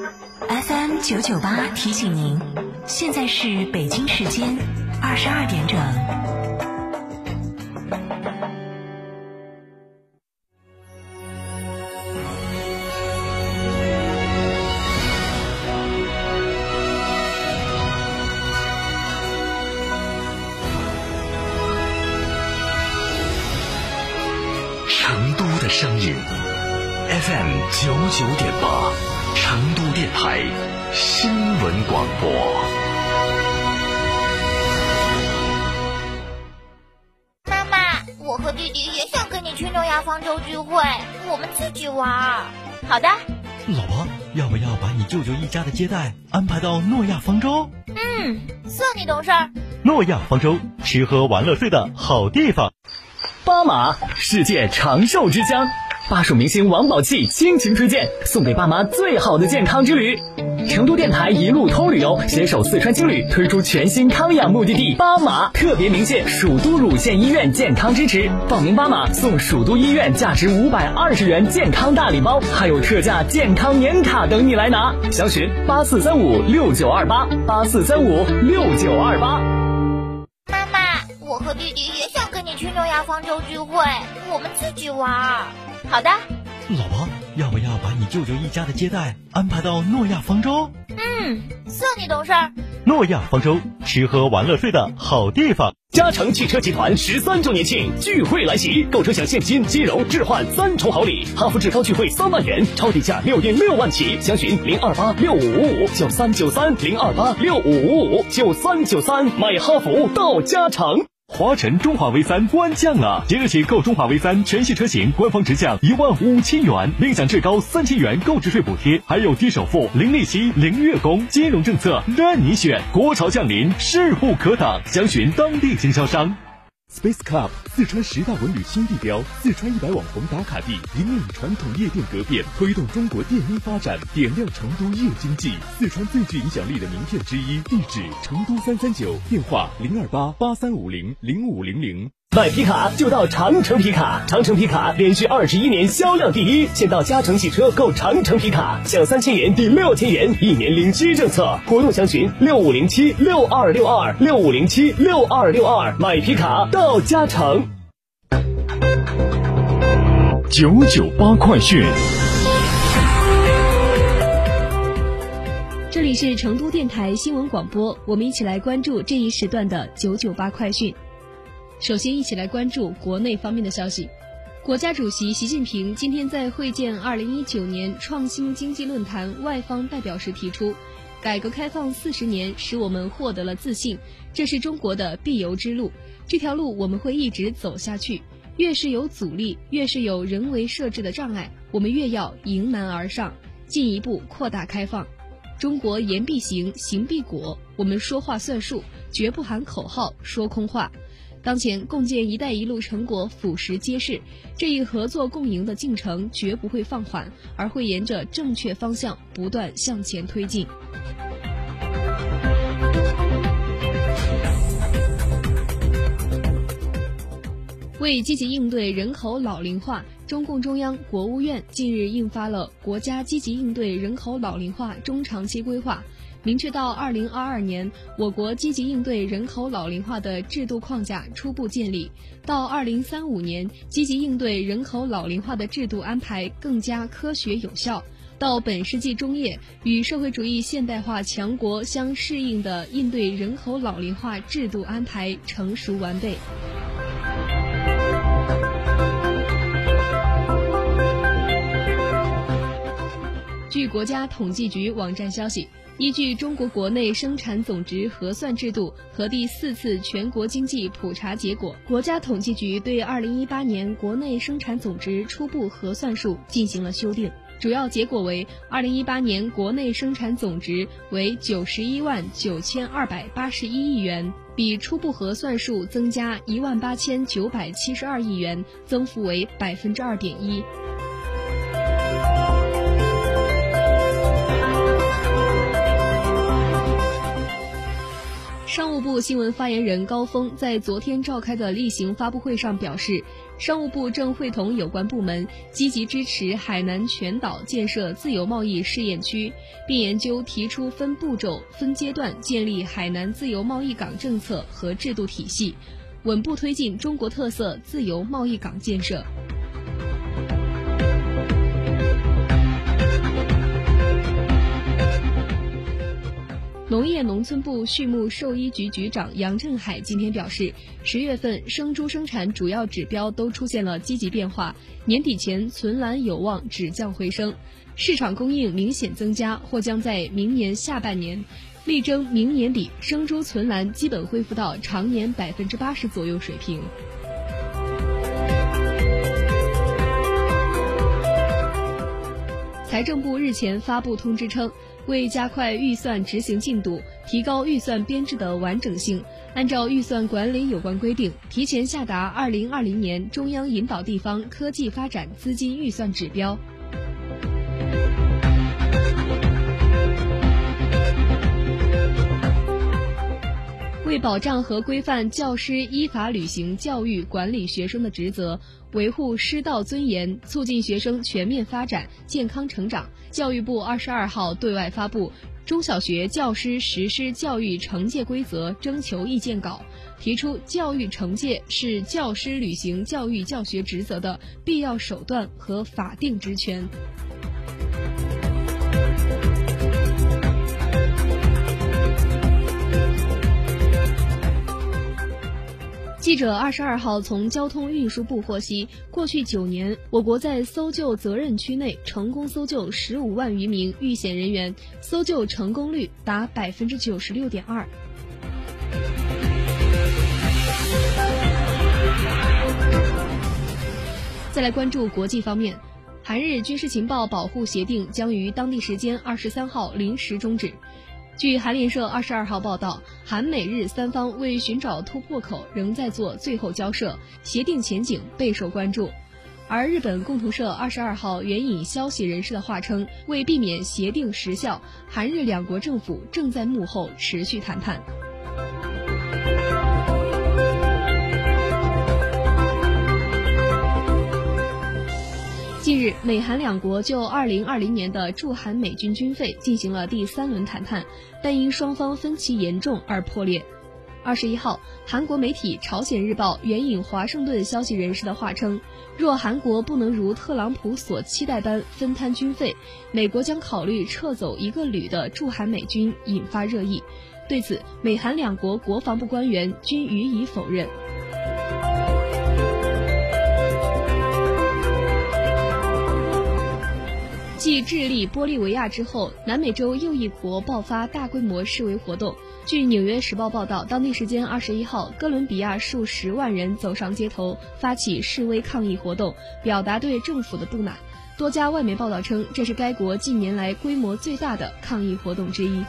FM998提醒您，现在是北京时间22点整。 成都的声音 FM99.8，成都电台新闻广播。 妈妈，我和弟弟也想跟你去诺亚方舟聚会，我们自己玩。 好的。 老婆，要不要把你舅舅一家的接待安排到诺亚方舟？ 算你懂事。 诺亚方舟，吃喝玩乐睡的好地方。 巴马，世界长寿之乡，巴蜀明星王宝器倾情推荐，送给爸妈最好的健康之旅。成都电台一路通旅游携手四川青旅推出全新康养目的地巴马，特别鸣谢蜀都乳腺医院健康支持，报名巴马送蜀都医院价值520元健康大礼包，还有特价健康年卡等你来拿。详询84356928，84356928。 我和弟弟也想跟你去诺亚方舟聚会，我们自己玩。 好的。 老婆，要不要把你舅舅一家的接待安排到诺亚方舟？ 算你懂事。 诺亚方舟，吃喝玩乐睡的好地方。 嘉诚汽车集团13周年庆聚会来袭，购车享现金、金融、置换3重好礼，哈弗志高聚会3万元，超低价6.6万起，详询02865559393，02865559393，买哈弗到嘉诚。 华晨中华 V3 官降了，即日起购中华 V3 全系车型官方直降15000元，另享最高3000元购置税补贴，还有低首付、零利息、零月供，金融政策任你选。国潮降临，势不可挡，详询当地经销商。Space Club 四川10大文旅新地标，四川100网红打卡地，引领传统夜店革变，推动中国电音发展，点亮成都夜经济，四川最具影响力的名片之一。地址成都339，电话02883500500。 买皮卡就到长城皮卡，长城皮卡连续21年销量第一，先到嘉诚汽车购长城皮卡，享3000元抵6000元，1年零息政策。活动详询65076262，65076262，买皮卡到嘉诚。 998快讯。 这里是成都电台新闻广播，我们一起来关注这一时段的998快讯。首先一起来关注国内方面的消息。国家主席习近平今天在会见2019年创新经济论坛外方代表时提出，改革开放40年使我们获得了自信，这是中国的必由之路，这条路我们会一直走下去，越是有阻力，越是有人为设置的障碍，我们越要迎难而上，进一步扩大开放。中国言必行，行必果，我们说话算数，绝不喊口号说空话。当前共建“一带一路”成果俯拾皆是，这一合作共赢的进程绝不会放缓，而会沿着正确方向不断向前推进。为积极应对人口老龄化，中共中央、国务院近日印发了《国家积极应对人口老龄化中长期规划》，明确到2022年，我国积极应对人口老龄化的制度框架初步建立；到2035年，积极应对人口老龄化的制度安排更加科学有效；到本世纪中叶，与社会主义现代化强国相适应的应对人口老龄化制度安排成熟完备。据国家统计局网站消息，依据中国国内生产总值核算制度和第4次全国经济普查结果，国家统计局对2018年国内生产总值初步核算数进行了修订，主要结果为2018年国内生产总值为919281亿元，比初步核算数增加18972亿元，增幅为2.1%。 商务部新闻发言人高峰在昨天召开的例行发布会上表示，商务部正会同有关部门积极支持海南全岛建设自由贸易试验区，并研究提出分步骤、分阶段建立海南自由贸易港政策和制度体系，稳步推进中国特色自由贸易港建设。农业农村部畜牧兽医局局长杨振海今天表示，10月份生猪生产主要指标都出现了积极变化，年底前存栏有望止降回升，市场供应明显增加，或将在明年下半年，力争明年底生猪存栏基本恢复到常年80%左右水平。财政部日前发布通知称，为加快预算执行进度，提高预算编制的完整性，按照预算管理有关规定，提前下达2020年中央引导地方科技发展资金预算指标。为保障和规范教师依法履行教育管理学生的职责，维护师道尊严，促进学生全面发展、健康成长，教育部22号对外发布中小学教师实施教育惩戒规则征求意见稿，提出教育惩戒是教师履行教育教学职责的必要手段和法定职权。记者22号从交通运输部获悉，过去9年，我国在搜救责任区内成功搜救15万余名遇险人员，搜救成功率达96.2%。再来关注国际方面，韩日军事情报保护协定将于当地时间23号临时终止。据韩联社22号报道，韩美日三方为寻找突破口仍在做最后交涉，协定前景备受关注。而日本共同社22号援引消息人士的话称，为避免协定失效，韩日两国政府正在幕后持续谈判。近日，美韩两国就2020年的驻韩美军军费进行了第3轮谈判，但因双方分歧严重而破裂。21号，韩国媒体《朝鲜日报》援引华盛顿消息人士的话称，若韩国不能如特朗普所期待般分摊军费，美国将考虑撤走1个旅的驻韩美军，引发热议。对此，美韩两国国防部官员均予以否认。继智利、玻利维亚之后，南美洲又一国爆发大规模示威活动。据《纽约时报》报道，当地时间21号，哥伦比亚数10万人走上街头，发起示威抗议活动，表达对政府的不满。多家外媒报道称，这是该国近年来规模最大的抗议活动之一。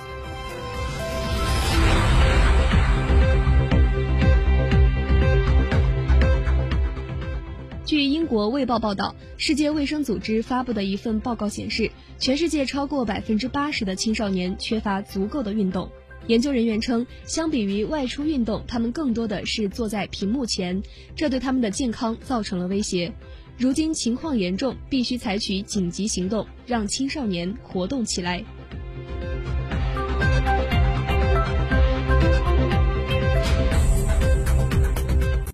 据英国《卫报》报道，世界卫生组织发布的一份报告显示，全世界超过80%的青少年缺乏足够的运动。研究人员称，相比于外出运动，他们更多的是坐在屏幕前，这对他们的健康造成了威胁。如今情况严重，必须采取紧急行动，让青少年活动起来。